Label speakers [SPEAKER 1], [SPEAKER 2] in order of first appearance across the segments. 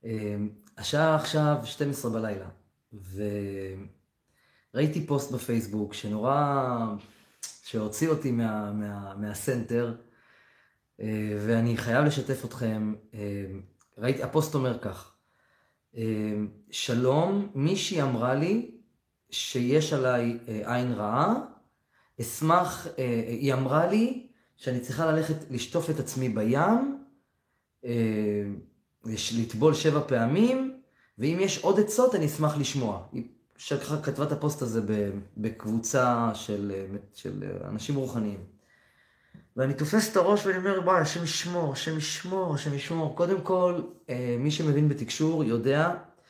[SPEAKER 1] השעה עכשיו 12 בלילה, וראיתי פוסט בפייסבוק שהוציא אותי מהסנטר, ואני חייב לשתף אתכם. הפוסט אומר כך: שלום, מישהי אמרה לי שיש עליי עין רעה, היא אמרה לי שאני צריכה ללכת לשטוף את עצמי בים, לטבול 7 פעמים, ואם יש עוד עצות אני אשמח לשמוע. היא כתבה את הפוסט הזה בקבוצה של אנשים רוחניים. ואני תופס את הראש ואני אומר, בואי, השם ישמור, השם ישמור, השם ישמור. קודם כל, מי שמבין בתקשור יודע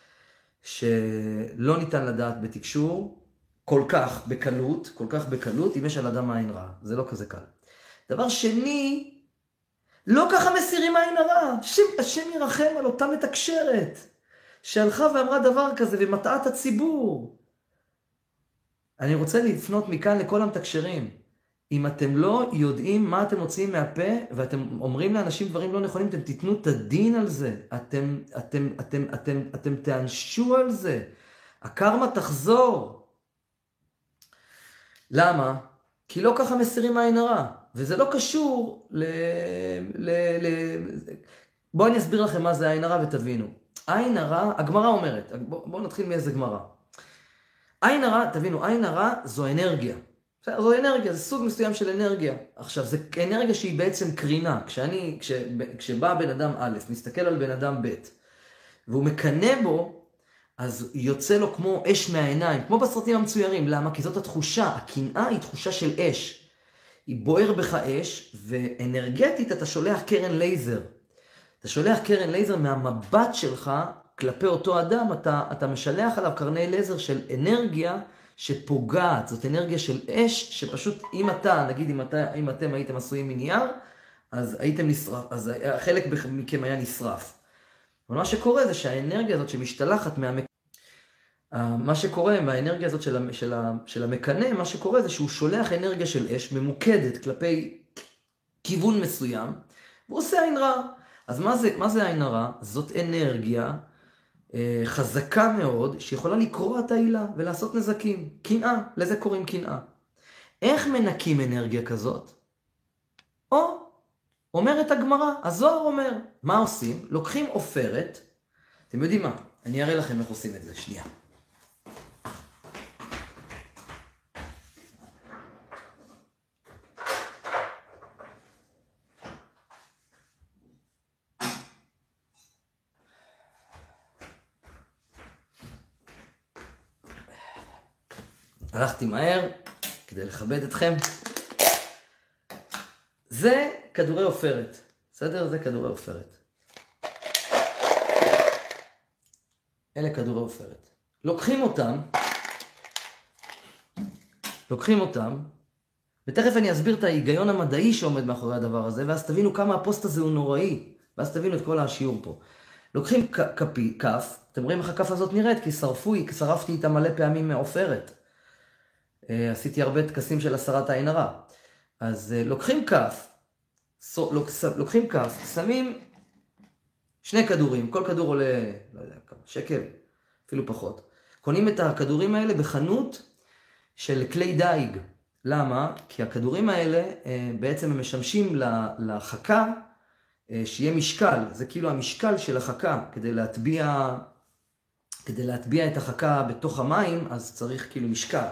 [SPEAKER 1] שלא ניתן לדעת בתקשור כל כך בקלות, אם יש על אדם עין רע. זה לא כזה קל. דבר שני, לא ככה מסירים עין הרע. השם ירחם על אותה מתקשרת, שהלכה ואמרה דבר כזה ומטעה את הציבור. אני רוצה לפנות מכאן לכל המתקשרים. אם אתם לא יודעים מה אתם מוציאים מהפה, ואתם אומרים לאנשים דברים לא נכונים, אתם תיתנו את הדין על זה. אתם תאנשו על זה. הקרמה תחזור. למה? כי לא ככה מסירים עין הרע. וזה לא קשור בואו אני אסביר לכם מה זה עין הרע ותבינו. עין הרע, הגמרא אומרת, בואו נתחיל מאיזה גמרא. עין הרע, תבינו, עין הרע זו אנרגיה. זו אנרגיה, זה סוג מסוים של אנרגיה. עכשיו, זו אנרגיה שהיא בעצם קרינה. כשבא בן אדם א', מסתכל על בן אדם ב', והוא מקנה בו, אז יוצא לו כמו אש מהעיניים, כמו בסרטים המצוירים. למה? כי זאת התחושה. הקנאה היא תחושה של אש. היא בוער בך אש, ואנרגטית אתה שולח קרן לייזר. אתה שולח קרן לייזר מהמבט שלך כלפי אותו אדם, אתה משלח עליו קרני לייזר של אנרגיה שפוגעת. זאת אנרגיה של אש, שפשוט אם אתם הייתם עשויים מנייר, אז הייתם נשרף, אז חלק מכם היה נשרף. אבל מה שקורה זה שהאנרגיה הזאת שמשתלחת מה שקורה מהאנרגיה הזאת של המקנה, מה שקורה זה שהוא שולח אנרגיה של אש ממוקדת כלפי כיוון מסוים, והוא עושה עין רע. אז מה זה עין הרע? זאת אנרגיה חזקה מאוד, שיכולה לקרוע את העילה ולעשות נזקים. קנאה, לזה קוראים קנאה. איך מנקים אנרגיה כזאת? אומרת הגמרא, הזוהר אומר, מה עושים? לוקחים עופרת, אתם יודעים מה? אני אראה לכם איך עושים את זה, שנייה. הלכתי מהר כדי לכבד אתכם. זה כדורי עופרת, בסדר? זה כדורי עופרת. אלה כדורי עופרת. לוקחים אותם, ותכף אני אסביר את ההיגיון המדעי שעומד מאחורי הדבר הזה, ואז תבינו כמה הפוסט הזה הוא נוראי, ואז תבינו את כל השיעור פה. לוקחים כף, אתם רואים איך הכף הזאת נראית? כי שרפתי איתה מלא פעמים מעופרת. עשיתי הרבה טקסים של הסרת העין הרע. אז לוקחים כף, שמים 2 כדורים, כל כדור עולה, לא יודע, כמה שקל, אפילו פחות. קונים את הכדורים האלה בחנות של כלי דייג. למה? כי הכדורים האלה בעצם הם משמשים לחכה שיהיה משקל. זה כאילו המשקל של החכה, כדי להטביע את החכה בתוך המים, אז צריך כאילו משקל.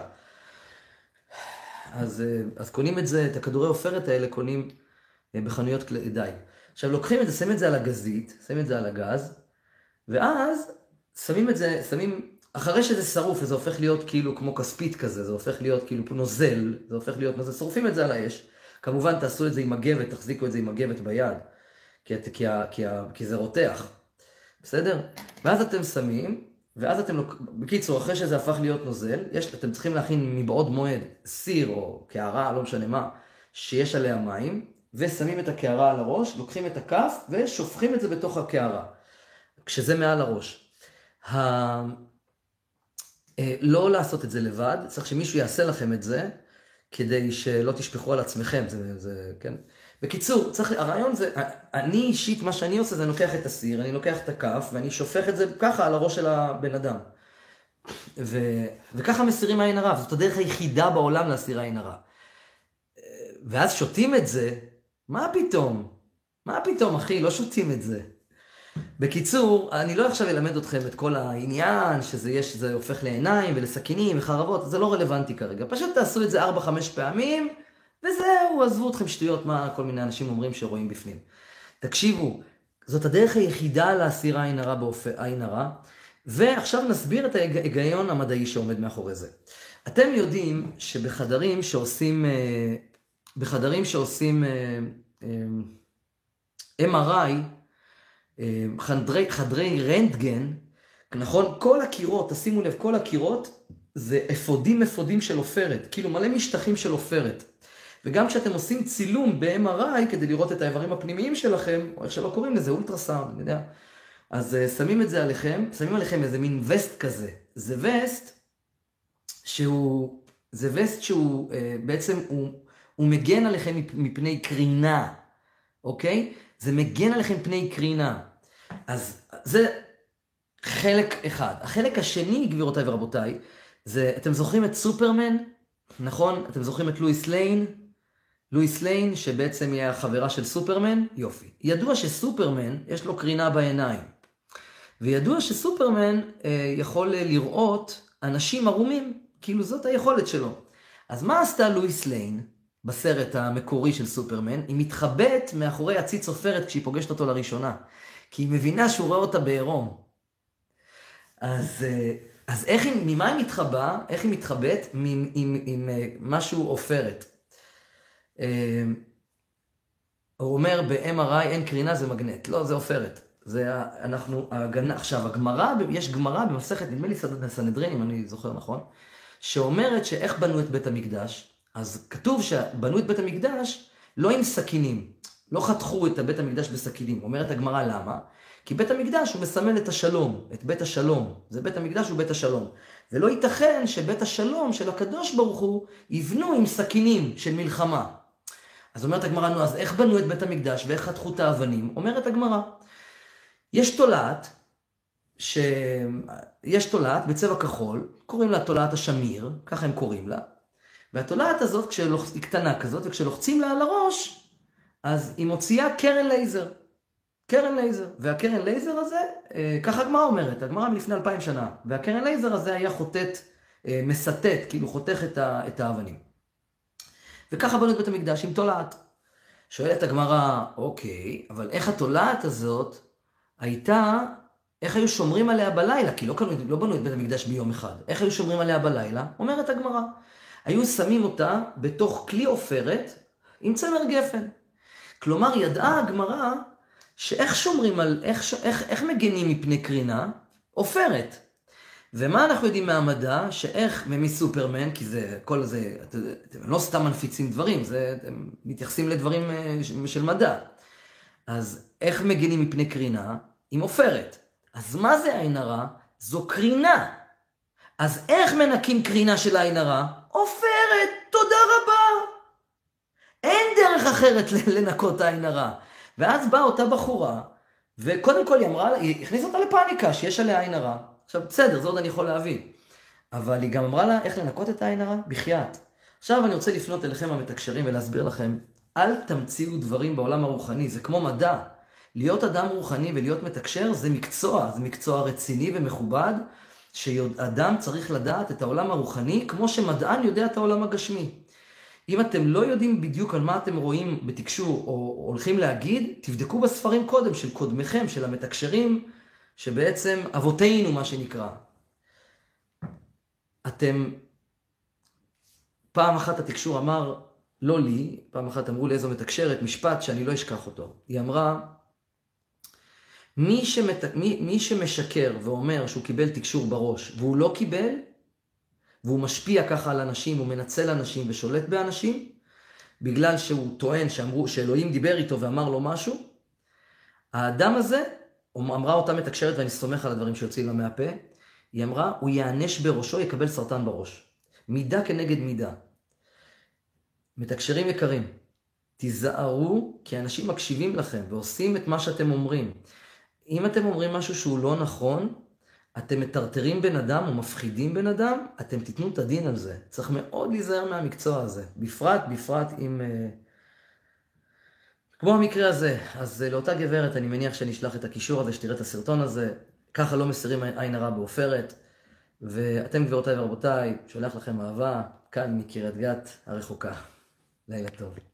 [SPEAKER 1] אז קונים את הכדורי עופרת האלה קונים בחנויות כלי דייג. עכשיו לוקחים את זה, שמים את זה על הגזית, שמים את זה על הגז, ואז שמים את זה, אחרי שזה שרוף, זה הופך להיות כאילו כמו כספית כזה, זה הופך להיות כאילו נוזל, שורפים את זה על האש. כמובן תעשו את זה עם מגבת, תחזיקו את זה עם מגבת ביד, כי זה רותח. בסדר? ואז אתם שמים, בקיצור, אחרי שזה הפך להיות נוזל, אתם צריכים להכין מבעוד מועד סיר או קערה, לא משנה מה, שיש עליה מים, ושמים את הקערה על הראש, לוקחים את הכף ושופכים את זה בתוך הקערה, כשזה מעל הראש. לא לעשות את זה לבד, צריך שמישהו יעשה לכם את זה, כדי שלא תשפכו על עצמכם, כן? בקיצור, הרעיון זה, אני אישית, מה שאני עושה זה אני לוקח את הסיר, אני לוקח את הכף, ואני שופך את זה ככה על הראש של הבן אדם. וככה מסירים עין הרע, זאת הדרך היחידה בעולם להסיר עין הרע. ואז שותים את זה, מה פתאום? מה פתאום, אחי? לא שותים את זה. בקיצור, אני לא עכשיו אלמד אתכם את כל העניין, שזה הופך לעיניים ולסכינים וחרבות, זה לא רלוונטי כרגע. פשוט תעשו את זה 4-5 פעמים, וזהו, עזבו אתכם שטויות מה כל מיני אנשים אומרים שרואים בפנים. תקשיבו, זאת הדרך היחידה להסיר עין הרע עין הרע, ועכשיו נסביר את ההיגיון המדעי שעומד מאחורי זה. אתם יודעים שבחדרים שעושים MRI, חדרי רנטגן, נכון? כל הקירות, תשימו לב, כל הקירות זה אפודים של עופרת, כאילו מלא משטחים של עופרת. וגם כשאתם עושים צילום ב-MRI כדי לראות את האיברים הפנימיים שלכם, או איך שלא קוראים לזה, אולטרסאונד, אני יודע. אז שמים את זה עליכם, שמים עליכם איזה מין וסט כזה. זה וסט שהוא בעצם, הוא מגן עליכם מפני קרינה, אוקיי? זה מגן עליכם פני קרינה. אז זה חלק אחד. החלק השני, גבירותיי ורבותיי, זה, אתם זוכרים את סופרמן? נכון? אתם זוכרים את לואיס ליין? לואיס ליין, שבעצם היא החברה של סופרמן? יופי. ידוע שסופרמן, יש לו קרינה בעיניים. וידוע שסופרמן יכול לראות אנשים ערומים, כאילו זאת היכולת שלו. אז מה עשתה לואיס ליין בסרט המקורי של סופרמן? היא מתחבאת מאחורי עציץ עופרת כשהיא פוגשת אותו לראשונה. כי היא מבינה שהוא רואה אותה בעירום. אז ממה היא מתחבא? איך היא מתחבאת? עם משהו עופרת. הוא אומר ב-MRI אין קרינה, זה מגנט. לא, זה עופרת. עכשיו, יש גמרא במסכת, נדמה לי סנהדרין, אם אני זוכר נכון, שאומרת שאיך בנו את בית המקדש. אז כתוב שבנו את בית המקדש לא עם סכינים, לא חתכו את בית המקדש בסכינים. אומרת הגמרא למה? כי בית המקדש הוא מסמל את השלום, את בית השלום. זה בית המקדש הוא בית השלום. ולא ייתכן שבית השלום של הקדוש ברוך הוא יבנו עם סכינים של מלחמה. אז אומרת הגמרא, נו, אז איך בנו את בית המקדש ואיך חתכו את האבנים? אומרת הגמרא, יש תולעת בצבע כחול, קוראים לה תולעת השמיר, ככה הם קוראים לה. והתולעת הזאת, היא קטנה כזאת, וכשלוחצים לה על הראש, אז היא מוציאה קרן לייזר. קרן לייזר. והקרן לייזר הזה, ככה הגמרא אומרת, הגמרא מלפני 2000 שנה. והקרן לייזר הזה היה מסטט, כאילו חותך את האבנים. וככה בנו את בית המקדש עם תולעת. שואלת הגמרא, אוקיי, אבל איך התולעת הזאת איך היו שומרים עליה בלילה? כי לא בנו את בית המקדש ביום אחד. איך היו שומרים עליה בלילה? אומרת הגמרא. היו שמים אותה בתוך כלי עופרת עם צמר גפן. כלומר, ידעה הגמרא שאיך שומרים איך מגנים מפני קרינה? עופרת. ומה אנחנו יודעים מהמדע? שאיך ומסופרמן, כי כל זה, אתם לא סתם מנפיצים דברים, אתם מתייחסים לדברים של מדע. אז איך מגנים מפני קרינה? עם עופרת. אז מה זה עין הרע? זו קרינה. אז איך מנקים קרינה של עין הרע? עופרת, תודה רבה. אין דרך אחרת לנקות עין הרע. ואז באה אותה בחורה, וקודם כל היא הכניסה אותה לפאניקה, שיש עליה עין הרע. עכשיו, בסדר, זה עוד אני יכול להבין. אבל היא גם אמרה לה איך לנקות את העין הרע? בחייאת. עכשיו אני רוצה לפנות אליכם המתקשרים ולהסביר לכם, אל תמציאו דברים בעולם הרוחני, זה כמו מדע. להיות אדם רוחני ולהיות מתקשר זה מקצוע רציני ומכובד, שאדם צריך לדעת את העולם הרוחני כמו שמדען יודע את העולם הגשמי. אם אתם לא יודעים בדיוק על מה אתם רואים בתקשור או הולכים להגיד, תבדקו בספרים קודם של קודמיכם, של המתקשרים, שבעצם אבותינו מה שנקרא. פעם אחת התקשור אמר, לא לי, פעם אחת אמרו לי איזו מתקשרת, משפט שאני לא אשכח אותו. היא אמרה, מי שמשקר ואומר שהוא קיבל תקשור בראש, והוא לא קיבל, והוא משפיע ככה על אנשים, הוא מנצל אנשים ושולט באנשים, בגלל שהוא טוען שאלוהים דיבר איתו ואמר לו משהו, האדם הזה, אמרה אותה מתקשרת ואני סומך על הדברים שיוצאים לה מהפה, היא אמרה, הוא יענש בראשו, יקבל סרטן בראש. מידה כנגד מידה. מתקשרים יקרים, תיזהרו, כי אנשים מקשיבים לכם ועושים את מה שאתם אומרים. אם אתם אומרים משהו שהוא לא נכון, אתם מטרטרים בן אדם או מפחידים בן אדם, אתם תיתנו את הדין על זה. צריך מאוד להיזהר מהמקצוע הזה. בפרט עם... כמו המקרה הזה. אז לאותה גברת, אני מניח שאני אשלח את הקישור הזה, שתראה את הסרטון הזה. ככה לא מסירים עין הרע בעופרת. ואתם גבירותיי ורבותיי, שולח לכם אהבה, כאן מקריית גת הרחוקה. לילה טוב.